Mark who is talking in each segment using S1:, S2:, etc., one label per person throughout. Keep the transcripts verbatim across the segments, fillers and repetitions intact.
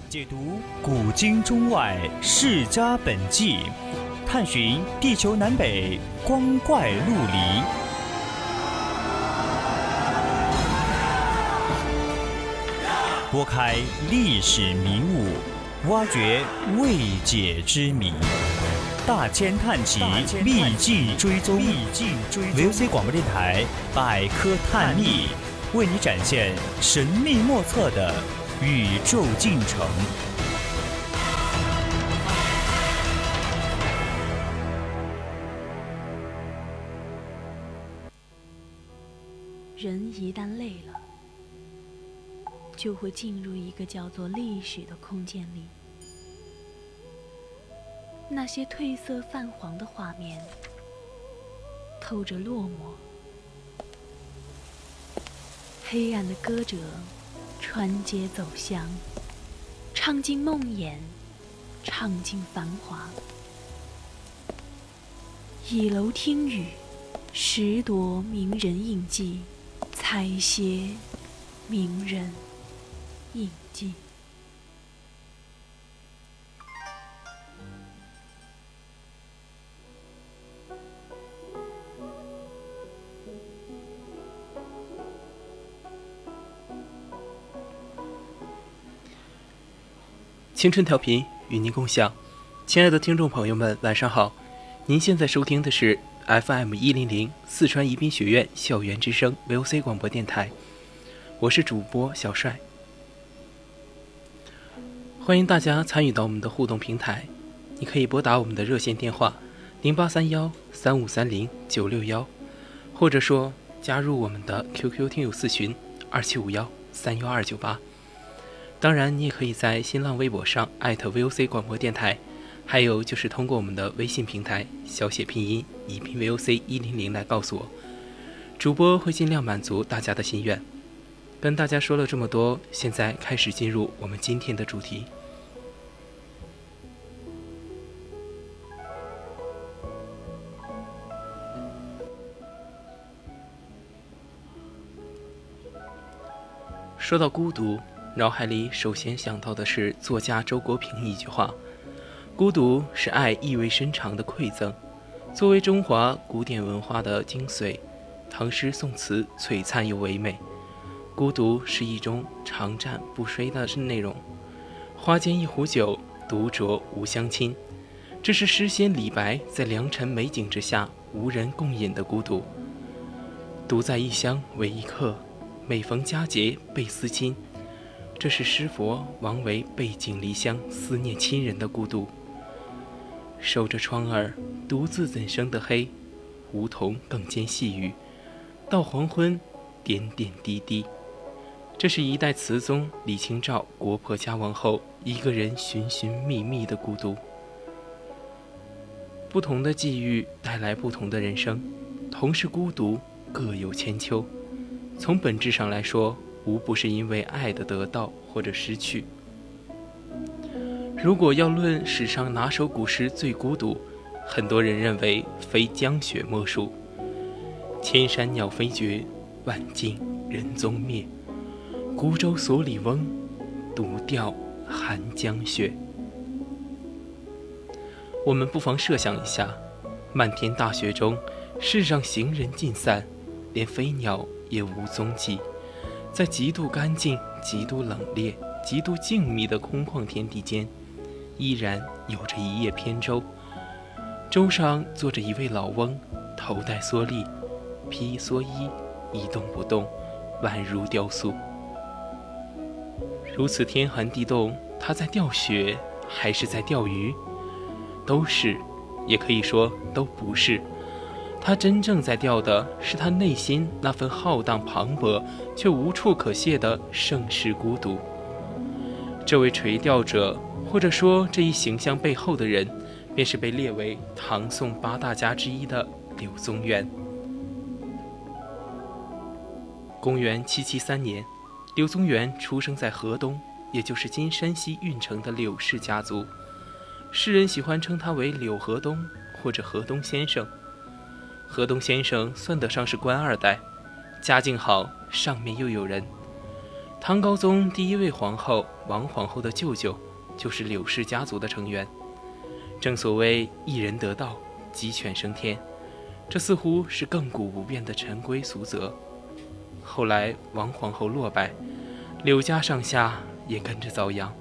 S1: 解读古今中外世家本纪，探寻地球南北光怪陆离。拨开历史迷雾，挖掘未解之谜。大千探奇，秘境追踪。V O C 广播电台百科探秘，为你展现神秘莫测的宇宙进程。
S2: 人一旦累了，就会进入一个叫做历史的空间里。那些褪色泛黄的画面，透着落寞。黑暗的歌者穿街走巷，唱尽梦魇，唱尽繁华。倚楼听雨，拾夺名人印记，采撷名人印记。
S3: 青春调频与您共享，亲爱的听众朋友们，晚上好！您现在收听的是 F M 一零零四川宜宾学院校园之声 V O C 广播电台，我是主播小帅。欢迎大家参与到我们的互动平台，你可以拨打我们的热线电话零八三幺三五三零九六幺，或者说加入我们的 Q Q 听友四群二七五幺三幺二九八。当然，你也可以在新浪微博上艾特 V O C 广播电台，还有就是通过我们的微信平台小写拼音宜宾 V O C 一零零来告诉我，主播会尽量满足大家的心愿。跟大家说了这么多，现在开始进入我们今天的主题。说到孤独，脑海里首先想到的是作家周国平一句话：孤独是爱意味深长的馈赠。作为中华古典文化的精髓，唐诗宋词璀璨又唯美，孤独是一种长战不衰的内容。花间一壶酒，独酌无相亲，这是诗仙李白在良辰美景之下无人共饮的孤独。独在异乡为异客，每逢佳节倍思亲，这是诗佛王维背井离乡思念亲人的孤独。守着窗儿，独自怎生得黑？梧桐更兼细雨，到黄昏，点点滴滴。这是一代词宗李清照国破家亡后一个人寻寻觅觅的孤独。不同的际遇带来不同的人生，同是孤独，各有千秋。从本质上来说，无不是因为爱的得到或者失去。如果要论史上哪首古诗最孤独，很多人认为非江雪莫属。千山鸟飞绝，万径人踪灭，孤舟蓑笠翁，独钓寒江雪。我们不妨设想一下，漫天大雪中，世上行人尽散，连飞鸟也无踪迹。在极度干净、极度冷冽、极度静谧的空旷天地间，依然有着一叶扁舟，舟上坐着一位老翁，头戴蓑笠，披蓑衣，一动不动，宛如雕塑。如此天寒地冻，他在钓雪还是在钓鱼？都是，也可以说都不是。他真正在钓的是他内心那份浩荡磅礴却无处可泄的盛世孤独。这位垂钓者，或者说这一形象背后的人，便是被列为唐宋八大家之一的柳宗元。公元七七三年，柳宗元出生在河东，也就是今山西运城的柳氏家族。世人喜欢称他为柳河东或者河东先生。河东先生算得上是官二代，家境好，上面又有人。 唐高宗第一位皇后王皇后的舅舅就是柳氏家族的成员。正所谓一人得道，鸡犬升天，这似乎是亘古不变的陈规俗则。后来王皇后落败，柳家上下也跟着遭殃。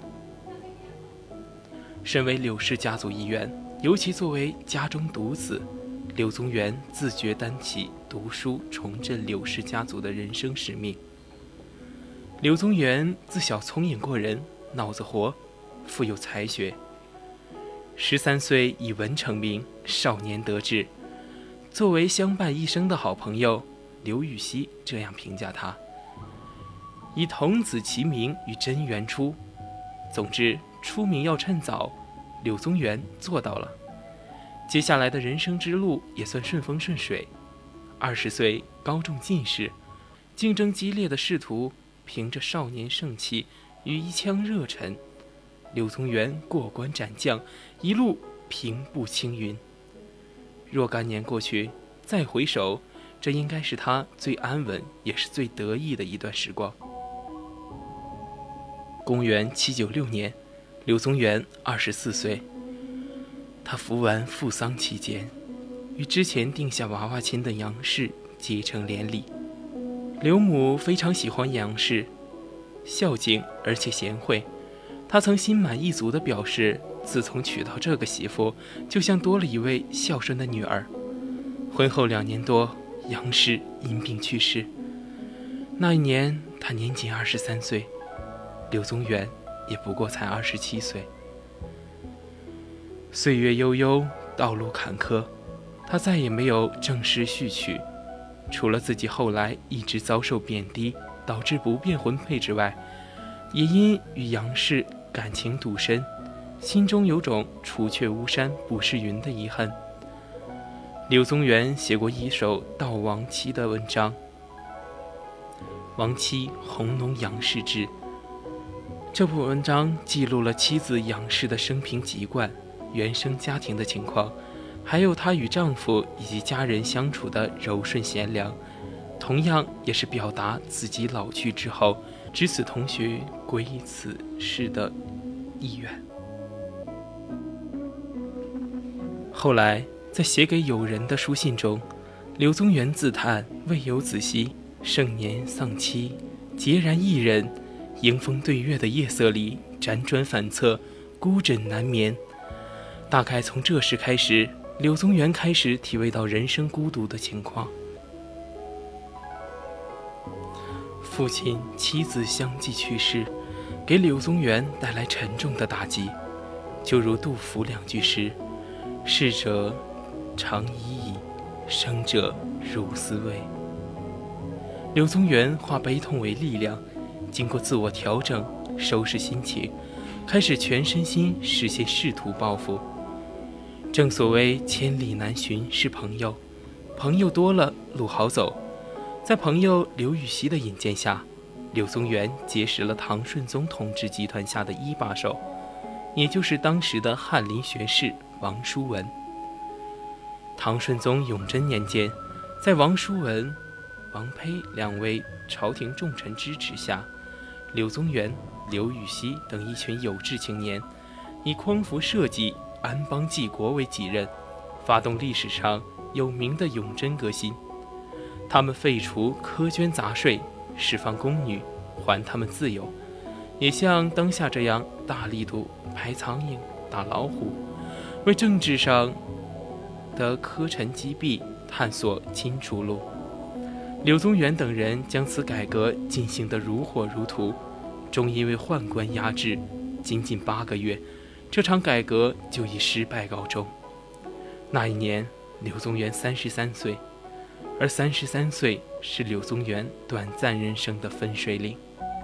S3: 身为柳氏家族一员，尤其作为家中独子，柳宗元自觉担起读书重振柳氏家族的人生使命。柳宗元自小聪颖过人，脑子活，富有才学。十三岁以文成名，少年得志。作为相伴一生的好朋友，刘禹锡这样评价他：以童子其名与真元出。总之，出名要趁早，柳宗元做到了。接下来的人生之路也算顺风顺水。二十岁高中进士，竞争激烈的仕途，凭着少年盛气与一腔热忱，柳宗元过关斩将，一路平步青云。若干年过去，再回首，这应该是他最安稳也是最得意的一段时光。公元七九六年，柳宗元二十四岁，他服完父丧期间，与之前定下娃娃亲的杨氏结成连理。刘母非常喜欢杨氏，孝敬而且贤惠。他曾心满意足地表示，自从娶到这个媳妇，就像多了一位孝顺的女儿。婚后两年多，杨氏因病去世。那一年他年仅二十三岁，柳宗元也不过才二十七岁。岁月悠悠，道路坎坷，他再也没有正式续娶。除了自己后来一直遭受贬低，导致不便婚配之外，也因与杨氏感情笃深，心中有种除却巫山不是云的遗憾。柳宗元写过一首悼亡妻的文章，亡妻红浓杨氏志。这部文章记录了妻子杨氏的生平籍贯、原生家庭的情况，还有她与丈夫以及家人相处的柔顺贤良，同样也是表达自己老去之后值此同学归依此事的意愿。后来在写给友人的书信中，柳宗元自叹未有子息，盛年丧妻，孑然一人，迎风对月的夜色里辗转反侧，孤枕难眠。大概从这时开始，柳宗元开始体味到人生孤独的情况。父亲妻子相继去世，给柳宗元带来沉重的打击。就如杜甫两句诗：逝者长已矣，生者如斯味。柳宗元化悲痛为力量，经过自我调整，收拾心情，开始全身心实现仕途抱负。正所谓千里难寻是朋友，朋友多了路好走。在朋友刘禹锡的引荐下，柳宗元结识了唐顺宗统治集团下的一把手，也就是当时的翰林学士王叔文。唐顺宗永贞年间，在王叔文、王丕两位朝廷重臣支持下，柳宗元、刘禹锡等一群有志青年，以匡扶社稷、安邦济国为己任，发动历史上有名的永贞革新。他们废除苛捐杂税，释放宫女，还他们自由，也像当下这样大力度排苍蝇、打老虎，为政治上的苛臣积弊探索新出路。柳宗元等人将此改革进行得如火如荼，终因为宦官压制，仅仅八个月，这场改革就以失败告终。那一年，柳宗元三十三岁，而三十三岁是柳宗元短暂人生的分水岭。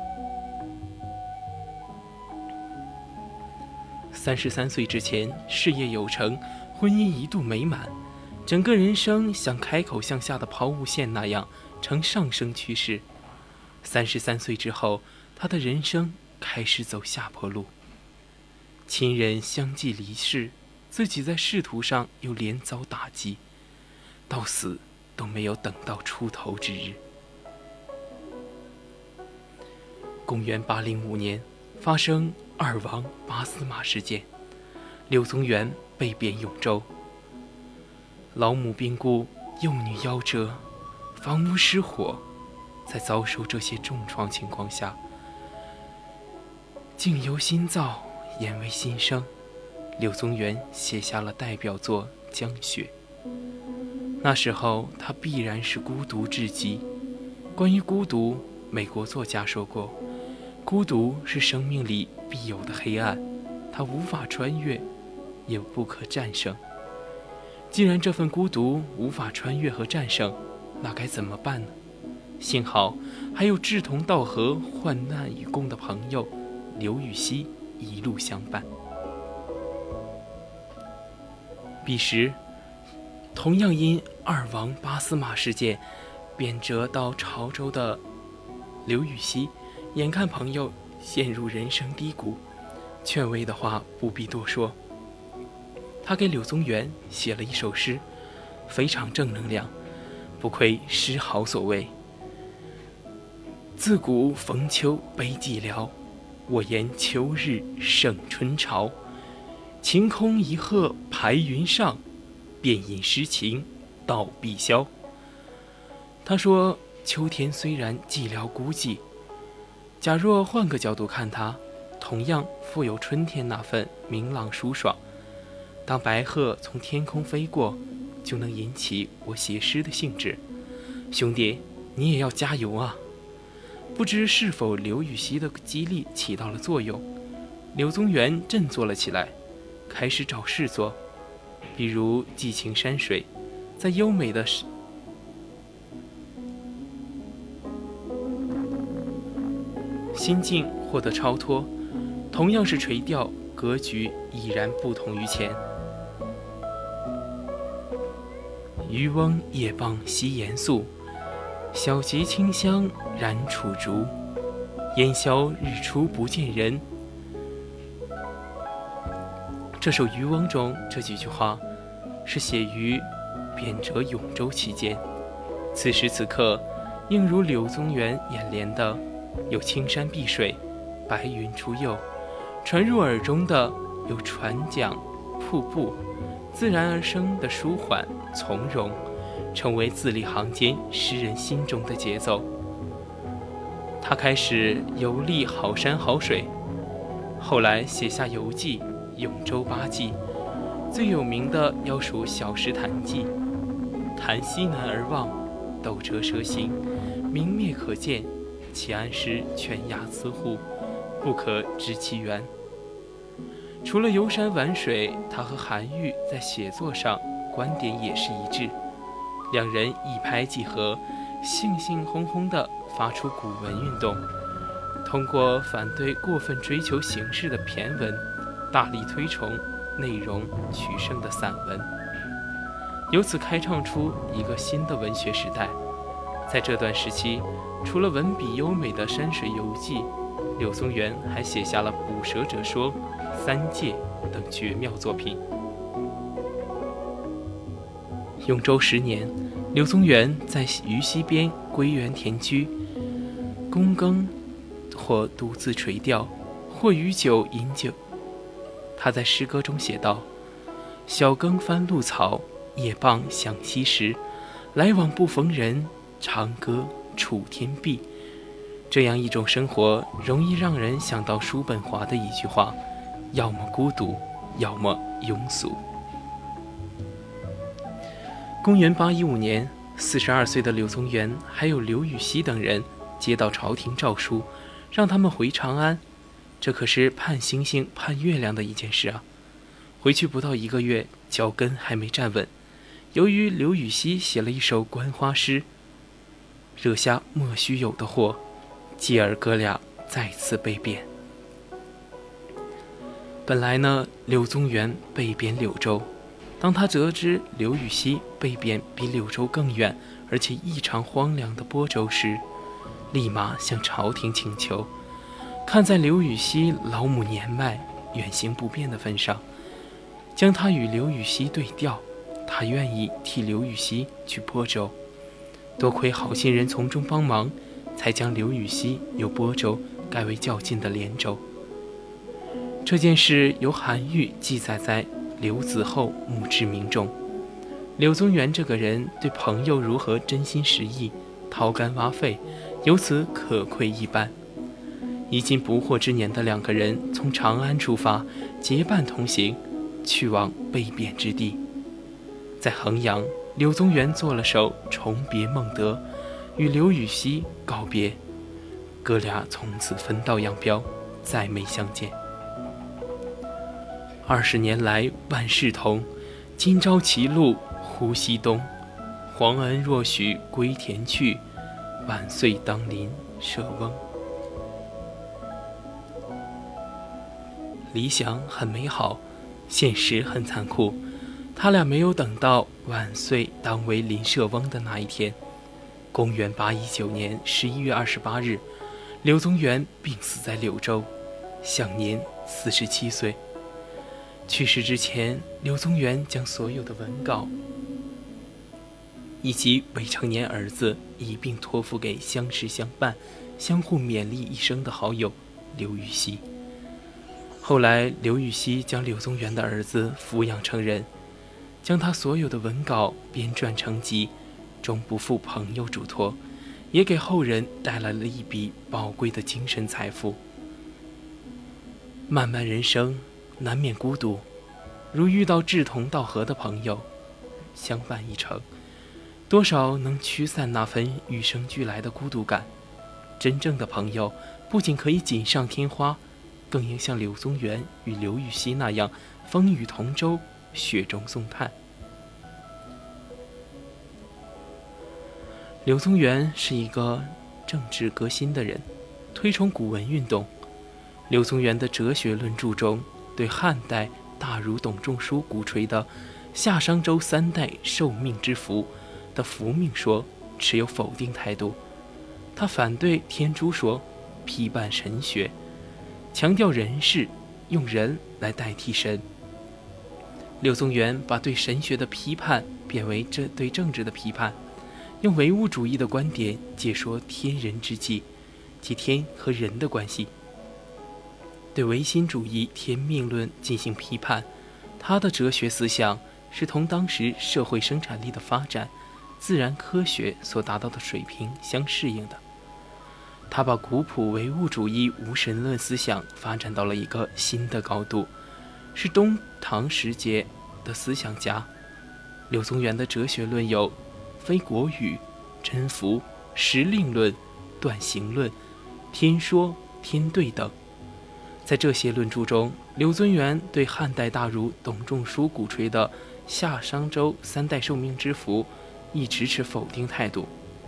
S3: 三十三岁之前，事业有成，婚姻一度美满，整个人生像开口向下的抛物线那样呈上升趋势。三十三岁之后，他的人生开始走下坡路，亲人相继离世，自己在仕途上又连遭打击，到死都没有等到出头之日。 公元八零五年，发生二王八司马事件，柳宗元被贬永州。老母病故，幼女夭折，房屋失火，在遭受这些重创情况下，境由心造，言为心声，柳宗元写下了代表作《江雪》。那时候他必然是孤独至极。关于孤独，美国作家说过，孤独是生命里必有的黑暗，它无法穿越，也不可战胜。既然这份孤独无法穿越和战胜，那该怎么办呢？幸好还有志同道合、患难与共的朋友刘禹锡一路相伴。彼时，同样因二王八司马事件贬谪到潮州的刘禹锡，眼看朋友陷入人生低谷，劝慰的话不必多说。他给柳宗元写了一首诗，非常正能量，不愧诗豪所谓。自古逢秋悲寂寥，我言秋日胜春朝。晴空一鹤排云上，便引诗情到碧霄。他说，秋天虽然寂寥孤寂，假若换个角度看它，同样富有春天那份明朗舒爽。当白鹤从天空飞过，就能引起我写诗的兴致。兄弟，你也要加油啊！不知是否刘禹锡的激励起到了作用，柳宗元振作了起来，开始找事做，比如寄情山水，在优美的心境获得超脱，同样是垂钓，格局已然不同于前。渔翁夜傍西岩宿，小楫清香燃楚竹。烟消日出不见人。这首《渔翁》中这几句话是写于贬谪永州期间。此时此刻，映入柳宗元眼帘的有青山碧水，白云出岫；传入耳中的有船桨、瀑布，自然而生的舒缓从容，成为字里行间诗人心中的节奏。他开始游历好山好水，后来写下游记《永州八记》，最有名的要数《小石潭记》。潭西南而望，斗折蛇行，明灭可见，其岸势犬牙雌户，不可知其源。除了游山玩水，他和韩愈在写作上观点也是一致，两人一拍即合，兴兴轰轰地发出古文运动，通过反对过分追求形式的骈文，大力推崇内容取胜的散文，由此开创出一个新的文学时代。在这段时期，除了文笔优美的山水游记，柳宗元还写下了《捕蛇者说》《三戒》等绝妙作品。永州十年，柳宗元在渝西边归园田居，躬耕，或独自垂钓，或与酒饮酒。他在诗歌中写道：小耕翻露草，夜傍响溪石，来往不逢人，长歌楚天碧。这样一种生活，容易让人想到叔本华的一句话：要么孤独，要么庸俗。公元八一五年，四十二岁的柳宗元还有刘禹锡等人接到朝廷诏书，让他们回长安。这可是盼星星盼月亮的一件事啊！回去不到一个月，脚跟还没站稳。由于刘禹锡写了一首观花诗，惹下莫须有的祸，继而哥俩再次被贬。本来呢，柳宗元被贬柳州，当他得知刘禹锡被贬比柳州更远而且异常荒凉的播州时，立马向朝廷请求，看在刘禹锡老母年迈远行不便的份上，将他与刘禹锡对调，他愿意替刘禹锡去播州。多亏好心人从中帮忙，才将刘禹锡由播州改为较近的连州。这件事由韩愈记载在刘子厚墓志铭中。柳宗元这个人对朋友如何真心实意、掏肝挖肺，由此可窥一斑。已经不惑之年的两个人从长安出发，结伴同行，去往被贬之地。在衡阳，柳宗元做了首《重别孟德》，与刘禹锡告别，哥俩从此分道扬镳，再没相见。二十年来万事同，今朝歧路忽西东。皇恩若许归田去，万岁当临舍翁。理想很美好，现实很残酷。他俩没有等到万岁当为临舍翁的那一天。公元八一九年十一月二十八日，柳宗元病死在柳州，享年四十七岁。去世之前，柳宗元将所有的文稿以及未成年儿子一并托付给相识相伴、相互勉励一生的好友刘禹锡。后来，刘禹锡将柳宗元的儿子抚养成人，将他所有的文稿编撰成集，终不负朋友嘱托，也给后人带来了一笔宝贵的精神财富。漫漫人生，难免孤独，如遇到志同道合的朋友，相伴一程，多少能驱散那份与生俱来的孤独感。真正的朋友不仅可以锦上添花，更应像柳宗元与刘禹锡那样风雨同舟，雪中送炭。柳宗元是一个政治革新的人，推崇古文运动。柳宗元的哲学论著中，对汉代大儒董仲舒鼓吹的夏商周三代受命之福的福命说持有否定态度。他反对天诛说，批判神学，强调人事，用人来代替神。柳宗元把对神学的批判变为这对政治的批判，用唯物主义的观点解说天人之际，即天和人的关系。对唯心主义天命论进行批判，他的哲学思想是同当时社会生产力的发展、自然科学所达到的水平相适应的。他把古朴唯物主义无神论思想发展到了一个新的高度，是东唐时节的思想家。柳宗元的哲学论有非国语、真符、时令论、断行论、天说、天对等。在这些论著中，柳宗元对汉代大儒董仲舒鼓吹的夏商周三代受命之福一直持否定态度。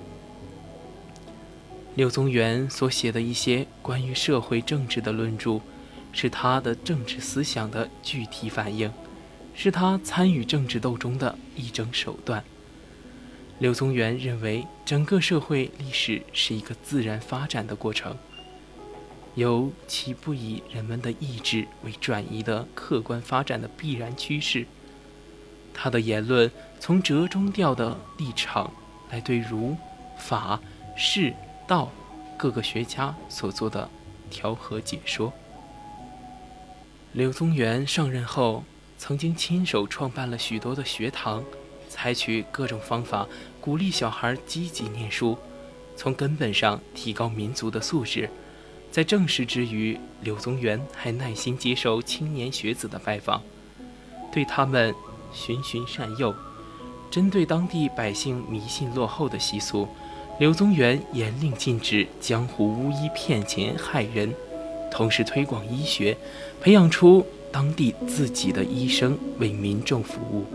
S3: 柳宗元所写的一些关于社会政治的论著，是他的政治思想的具体反映，是他参与政治斗争的一种手段。柳宗元认为，整个社会历史是一个自然发展的过程，有其不以人们的意志为转移的客观发展的必然趋势。他的言论从折中调的立场来对儒、法、释、道各个学家所做的调和解说。柳宗元上任后，曾经亲手创办了许多的学堂，采取各种方法鼓励小孩积极念书，从根本上提高民族的素质。在政事之余，柳宗元还耐心接受青年学子的拜访，对他们循循善诱。针对当地百姓迷信落后的习俗，柳宗元严令禁止江湖巫医骗钱害人，同时推广医学，培养出当地自己的医生为民众服务。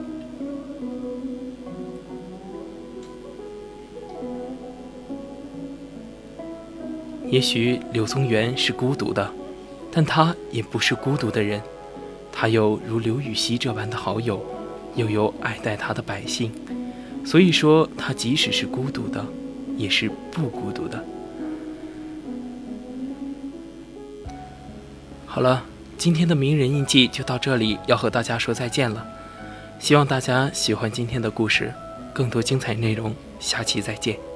S3: 也许柳宗元是孤独的，但他也不是孤独的人。他有如刘禹锡这般的好友，又有爱戴他的百姓，所以说他即使是孤独的，也是不孤独的。好了，今天的名人印记就到这里，要和大家说再见了。希望大家喜欢今天的故事，更多精彩内容，下期再见。